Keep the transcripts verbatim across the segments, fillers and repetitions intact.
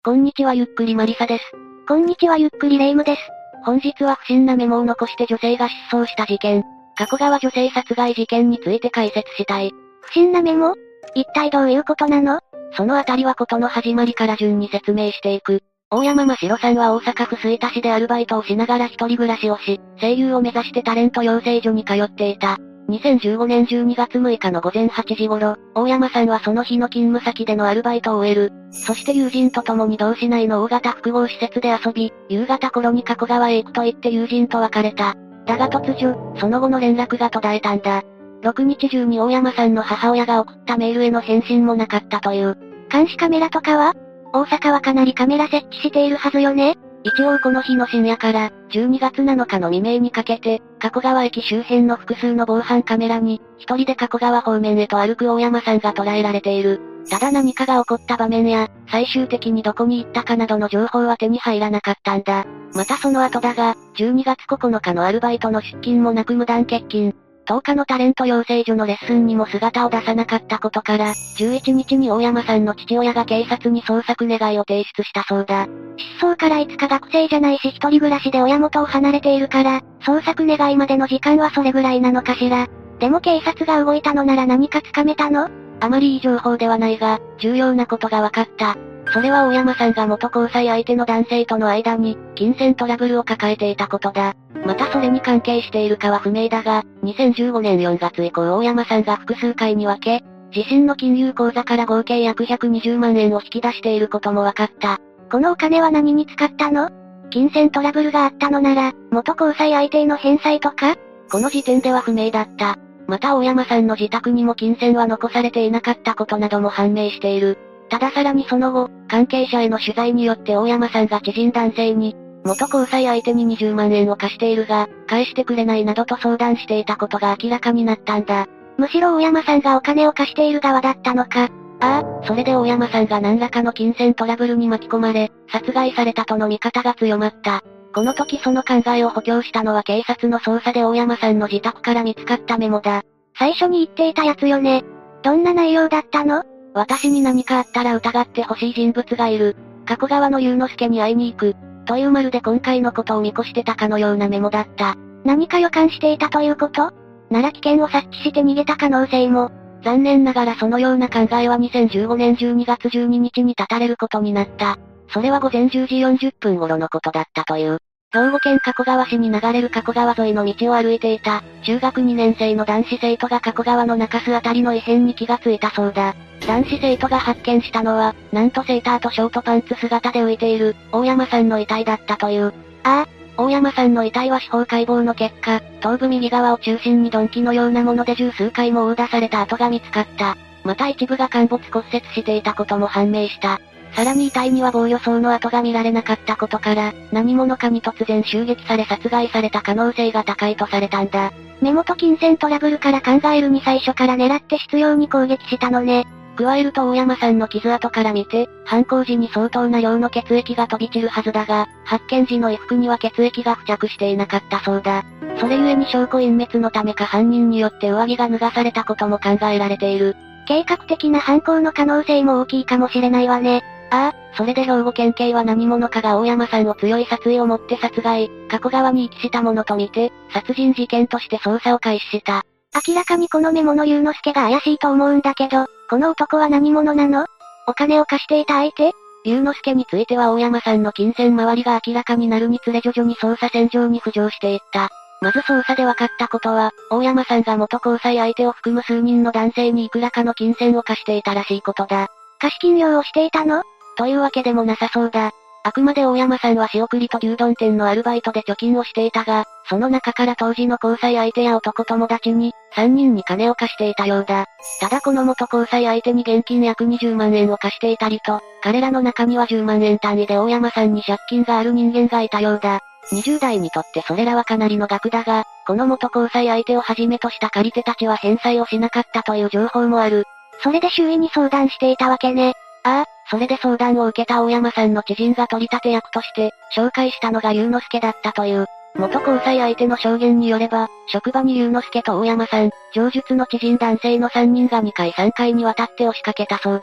こんにちはゆっくりマリサです。 こんにちはゆっくりレイムです。 本日は不審なメモを残して女性が失踪した事件、加古川女性殺害事件について解説したい。 不審なメモ？一体どういうことなの？ そのあたりは事の始まりから順に説明していく。大山真白さんは大阪府吹田市でアルバイトをしながら一人暮らしをし、声優を目指してタレント養成所に通っていた。にせんじゅうごねんじゅうにがつむいかのごぜんはちじ頃、大山さんはその日の勤務先でのアルバイトを終える。そして友人と共に同市内の大型複合施設で遊び、夕方頃に加古川へ行くと言って友人と別れた。だが突如、その後の連絡が途絶えたんだ。ろくにち中に大山さんの母親が送ったメールへの返信もなかったという。 監視カメラとかは？大阪はかなりカメラ設置しているはずよね？ 一応この日の深夜から、じゅうにがつなのかの未明にかけて、加古川駅周辺の複数の防犯カメラに、一人で加古川方面へと歩く大山さんが捉えられている。ただ何かが起こった場面や、最終的にどこに行ったかなどの情報は手に入らなかったんだ。またその後だが、じゅうにがつここのかのアルバイトの出勤もなく無断欠勤。とおかのタレント養成所のレッスンにも姿を出さなかったことから、じゅういちにちに大山さんの父親が警察に捜索願いを提出したそうだ。 失踪からいつか学生じゃないし一人暮らしで親元を離れているから、捜索願いまでの時間はそれぐらいなのかしら。でも警察が動いたのなら何かつかめたの？ あまりいい情報ではないが、重要なことが分かった。それは大山さんが元交際相手の男性との間に、金銭トラブルを抱えていたことだ。またそれに関係しているかは不明だが、にせんじゅうごねんよんがつ以降大山さんが複数回に分け、自身の金融口座から合計約ひゃくにじゅうまんえんを引き出していることも分かった。 このお金は何に使ったの？金銭トラブルがあったのなら、元交際相手への返済とか？ この時点では不明だった。また大山さんの自宅にも金銭は残されていなかったことなども判明している。たださらにその後、関係者への取材によって大山さんが知人男性に、元交際相手ににじゅうまんえんを貸しているが、返してくれないなどと相談していたことが明らかになったんだ。 むしろ大山さんがお金を貸している側だったのか。 ああ、それで大山さんが何らかの金銭トラブルに巻き込まれ、殺害されたとの見方が強まった。この時その考えを補強したのは警察の捜査で大山さんの自宅から見つかったメモだ。 最初に言っていたやつよね。どんな内容だったの？ 私に何かあったら疑ってほしい人物がいる。加古川の祐之介に会いに行く。というまるで今回のことを見越してたかのようなメモだった。 何か予感していたということ？なら危険を察知して逃げた可能性も。 残念ながらそのような考えはにせんじゅうごねんじゅうにがつじゅうににちに絶たれることになった。それはごぜんじゅうじよんじゅっぷん頃のことだったという。兵庫県加古川市に流れる加古川沿いの道を歩いていた、中学にねん生の男子生徒が加古川の中州あたりの異変に気がついたそうだ。男子生徒が発見したのは、なんとセーターとショートパンツ姿で浮いている、大山さんの遺体だったという。 ああ、 大山さんの遺体は司法解剖の結果、頭部右側を中心に鈍器のようなもので十数回も殴打された跡が見つかった。また一部が陥没骨折していたことも判明した。さらに遺体には防御創の跡が見られなかったことから、何者かに突然襲撃され殺害された可能性が高いとされたんだ。 目元金銭トラブルから考えるに最初から狙って執拗に攻撃したのね。 加えると大山さんの傷跡から見て、犯行時に相当な量の血液が飛び散るはずだが、発見時の衣服には血液が付着していなかったそうだ。それゆえに証拠隠滅のためか犯人によって上着が脱がされたことも考えられている。 計画的な犯行の可能性も大きいかもしれないわね。 ああ、それで兵庫県警は何者かが大山さんを強い殺意を持って殺害、加古川に遺棄したものとみて、殺人事件として捜査を開始した。 明らかにこのメモの祐之介が怪しいと思うんだけど、この男は何者なの？お金を貸していた相手？ 祐之介については大山さんの金銭回りが明らかになるにつれ徐々に捜査線上に浮上していった。まず捜査で分かったことは、大山さんが元交際相手を含む数人の男性にいくらかの金銭を貸していたらしいことだ。 貸金業をしていたの？ というわけでもなさそうだ。あくまで大山さんは仕送りと牛丼店のアルバイトで貯金をしていたが、その中から当時の交際相手や男友達に、さんにんに金を貸していたようだ。ただこの元交際相手に現金約にじゅうまんえんを貸していたりと、彼らの中にはじゅうまんえん単位で大山さんに借金がある人間がいたようだ。にじゅうだいにとってそれらはかなりの額だが、この元交際相手をはじめとした借り手たちは返済をしなかったという情報もある。 それで周囲に相談していたわけね。 ああ、それで相談を受けた大山さんの知人が取り立て役として、紹介したのが祐之介だったという。元交際相手の証言によれば、職場に祐之介と大山さん、上述の知人男性のさんにんがにかいさんかいにわたって押しかけたそうだ。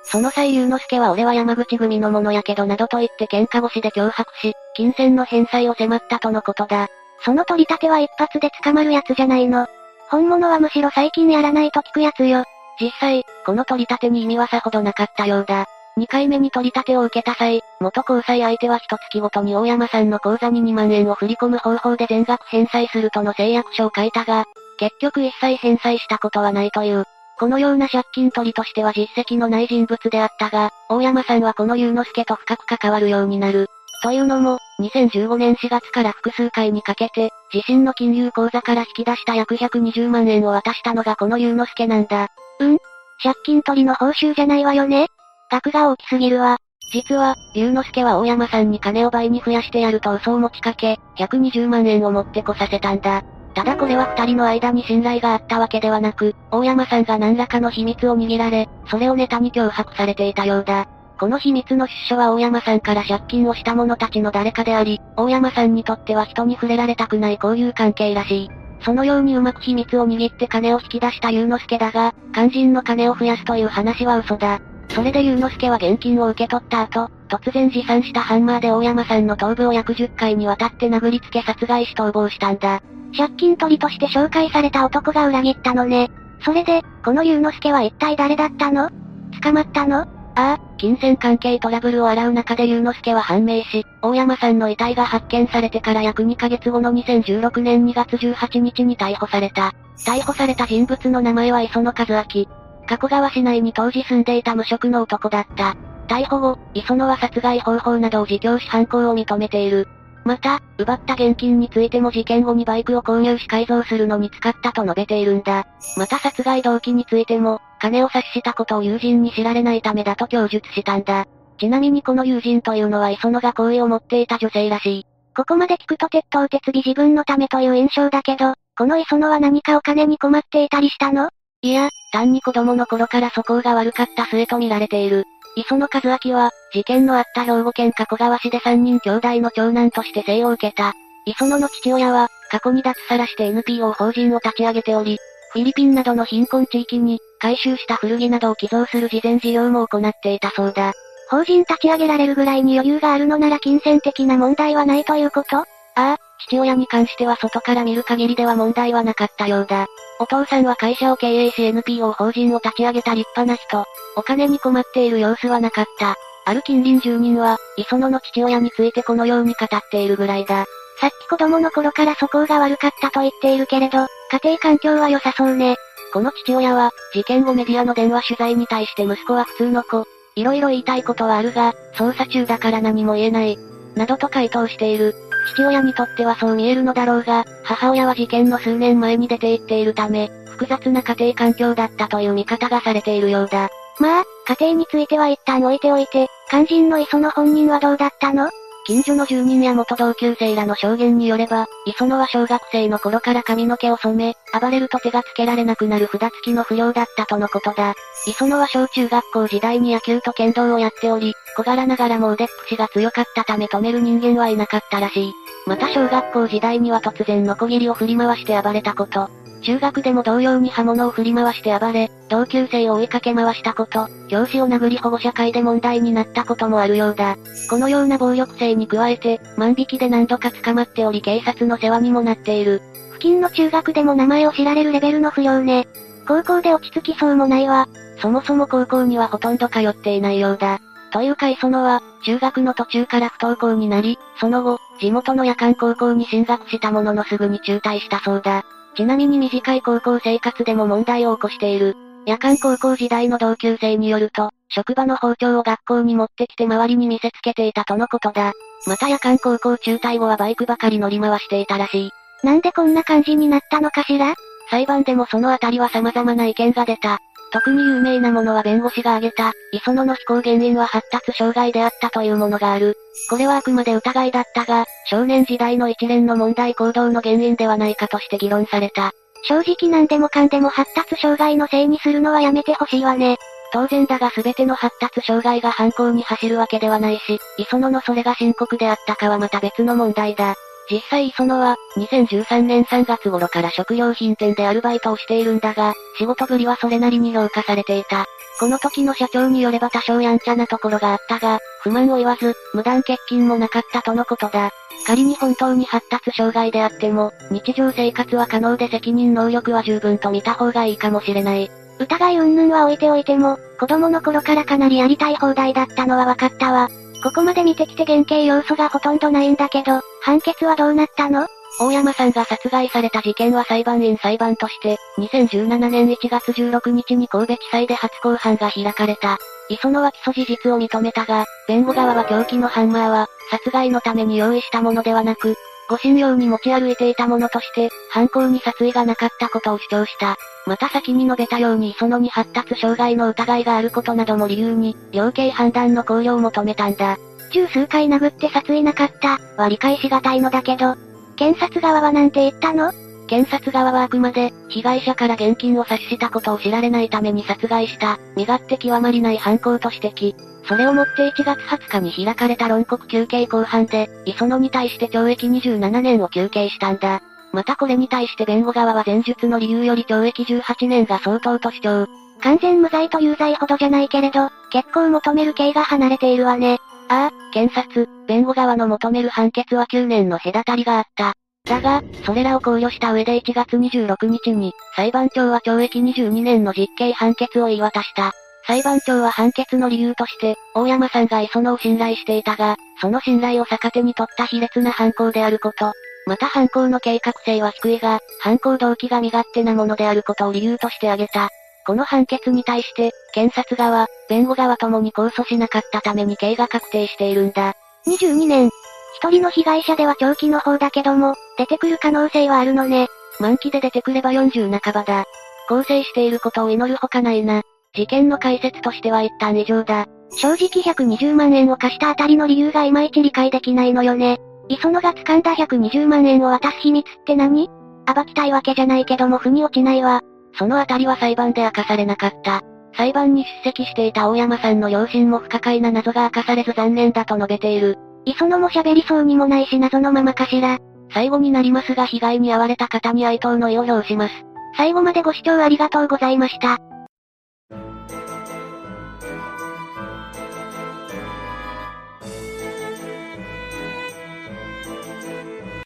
その際龍之介は俺は山口組のものやけどなどと言って喧嘩腰で脅迫し、金銭の返済を迫ったとのことだ。 その取り立ては一発で捕まるやつじゃないの。本物はむしろ最近やらないと聞くやつよ。 実際、この取り立てに意味はさほどなかったようだ。にかいめに取り立てを受けた際、元交際相手は一月ごとに大山さんの口座ににまんえんを振り込む方法で全額返済するとの誓約書を書いたが、結局一切返済したことはないという。このような借金取りとしては実績のない人物であったが、大山さんはこの龍之介と深く関わるようになる。というのも、にせんじゅうごねんしがつから複数回にかけて、自身の金融口座から引き出した約ひゃくにじゅうまんえんを渡したのがこの龍之介なんだ。 うん借金取りの報酬じゃないわよね？額が大きすぎるわ。 実は、龍之介は大山さんに金を倍に増やしてやると嘘を持ちかけ、ひゃくにじゅうまんえんを持ってこさせたんだ。ただこれは二人の間に信頼があったわけではなく、大山さんが何らかの秘密を握られ、それをネタに脅迫されていたようだ。この秘密の出所は大山さんから借金をした者たちの誰かであり、大山さんにとっては人に触れられたくない交友関係らしい。そのようにうまく秘密を握って金を引き出した龍之介だが、肝心の金を増やすという話は嘘だ。それで龍之介は現金を受け取った後、突然持参したハンマーで大山さんの頭部を約じゅっかいにわたって殴りつけ殺害し逃亡したんだ。 借金取りとして紹介された男が裏切ったのね。それで、この龍之介は一体誰だったの？捕まったの？ ああ、金銭関係トラブルを洗う中で龍之介は判明し、大山さんの遺体が発見されてから約にかげつごのにせんじゅうろくねんにがつじゅうはちにちに逮捕された。逮捕された人物の名前は磯野和明。加古川市内に当時住んでいた無職の男だった。逮捕後、磯野は殺害方法などを自供し犯行を認めている。また、奪った現金についても事件後にバイクを購入し改造するのに使ったと述べているんだ。また殺害動機についても、金を差ししたことを友人に知られないためだと供述したんだ。ちなみにこの友人というのは磯野が好意を持っていた女性らしい。 ここまで聞くと鉄頭鉄尾自分のためという印象だけど、この磯野は何かお金に困っていたりしたの？ いや、単に子供の頃から素行が悪かった末と見られている。磯野和明は、事件のあった兵庫県加古川市でさんにん兄弟の長男として生を受けた。磯野の父親は、過去に脱サラして エヌピーオー 法人を立ち上げており、フィリピンなどの貧困地域に、回収した古着などを寄贈する慈善事業も行っていたそうだ。 法人立ち上げられるぐらいに余裕があるのなら金銭的な問題はないということ？ ああ、父親に関しては外から見る限りでは問題はなかったようだ。お父さんは会社を経営し エヌピーオー 法人を立ち上げた立派な人。お金に困っている様子はなかった。ある近隣住人は、磯野の父親についてこのように語っているぐらいだ。 さっき子供の頃から素行が悪かったと言っているけれど、家庭環境は良さそうね。 この父親は、事件後メディアの電話取材に対して息子は普通の子。いろいろ言いたいことはあるが、捜査中だから何も言えない。などと回答している。父親にとってはそう見えるのだろうが、母親は事件の数年前に出て行っているため、複雑な家庭環境だったという見方がされているようだ。 まあ、家庭については一旦置いておいて、肝心の磯野本人はどうだったの？ 近所の住人や元同級生らの証言によれば、磯野は小学生の頃から髪の毛を染め、暴れると手がつけられなくなる札付きの不良だったとのことだ。磯野は小中学校時代に野球と剣道をやっており、小柄ながらも腕っぷしが強かったため止める人間はいなかったらしい。また小学校時代には突然ノコギリを振り回して暴れたこと。中学でも同様に刃物を振り回して暴れ、同級生を追いかけ回したこと、教師を殴り保護者会で問題になったこともあるようだ。このような暴力性に加えて、万引きで何度か捕まっており警察の世話にもなっている。 付近の中学でも名前を知られるレベルの不良ね。高校で落ち着きそうもないわ。 そもそも高校にはほとんど通っていないようだ。というか磯野は、中学の途中から不登校になり、その後、地元の夜間高校に進学したもののすぐに中退したそうだ。ちなみに短い高校生活でも問題を起こしている。夜間高校時代の同級生によると、職場の包丁を学校に持ってきて周りに見せつけていたとのことだ。また夜間高校中退後はバイクばかり乗り回していたらしい。 なんでこんな感じになったのかしら？ 裁判でもそのあたりは様々な意見が出た。特に有名なものは弁護士が挙げた、磯野の非行原因は発達障害であったというものがある。これはあくまで疑いだったが、少年時代の一連の問題行動の原因ではないかとして議論された。 正直何でもかんでも発達障害のせいにするのはやめてほしいわね。 当然だが全ての発達障害が犯行に走るわけではないし、磯野のそれが深刻であったかはまた別の問題だ。 実際磯野は、にせんじゅうさんねんさんがつ頃から食料品店でアルバイトをしているんだが、仕事ぶりはそれなりに評価されていた。この時の社長によれば多少やんちゃなところがあったが、不満を言わず、無断欠勤もなかったとのことだ。仮に本当に発達障害であっても、日常生活は可能で責任能力は十分と見た方がいいかもしれない。 疑い云々は置いておいても、子供の頃からかなりやりたい放題だったのは分かったわ。ここまで見てきて減刑要素がほとんどないんだけど、判決はどうなったの？ 大山さんが殺害された事件は裁判員裁判として、にせんじゅうななねんいちがつじゅうろくにちに神戸地裁で初公判が開かれた。磯野は起訴事実を認めたが、弁護側は凶器のハンマーは、殺害のために用意したものではなく、護身用に持ち歩いていたものとして、犯行に殺意がなかったことを主張した。また先に述べたように磯野に発達障害の疑いがあることなども理由に、量刑判断の考慮を求めたんだ。 十数回殴って殺意なかった、は理解しがたいのだけど、検察側はなんて言ったの？ 検察側はあくまで、被害者から現金を察したことを知られないために殺害した、身勝手極まりない犯行と指摘。それをもっていちがつはつかに開かれた論告求刑公判で、磯野に対して懲役にじゅうななねんを求刑したんだ。またこれに対して弁護側は前述の理由より懲役じゅうはちねんが相当と主張。 完全無罪と有罪ほどじゃないけれど、結構求める刑が離れているわね。 ああ、検察、弁護側の求める判決はきゅうねんの隔たりがあった。だが、それらを考慮した上でいちがつにじゅうろくにちに、裁判長は懲役にじゅうにねんの実刑判決を言い渡した。裁判長は判決の理由として、大山さんが磯野を信頼していたが、その信頼を逆手に取った卑劣な犯行であること。また犯行の計画性は低いが、犯行動機が身勝手なものであることを理由として挙げた。この判決に対して、検察側、弁護側ともに控訴しなかったために刑が確定しているんだ。 にじゅうにねん。一人の被害者では長期の方だけども、出てくる可能性はあるのね。 満期で出てくればよんじゅう半ばだ。更生していることを祈るほかないな。事件の解説としては一旦以上だ。 正直ひゃくにじゅうまんえんを貸したあたりの理由がいまいち理解できないのよね。磯野が掴んだひゃくにじゅうまんえんを渡す秘密って何？暴きたいわけじゃないけども腑に落ちないわ。 そのあたりは裁判で明かされなかった。裁判に出席していた大山さんの両親も不可解な謎が明かされず残念だと述べている。 磯野も喋りそうにもないし謎のままかしら。 最後になりますが被害に遭われた方に哀悼の意を表します。 最後までご視聴ありがとうございました。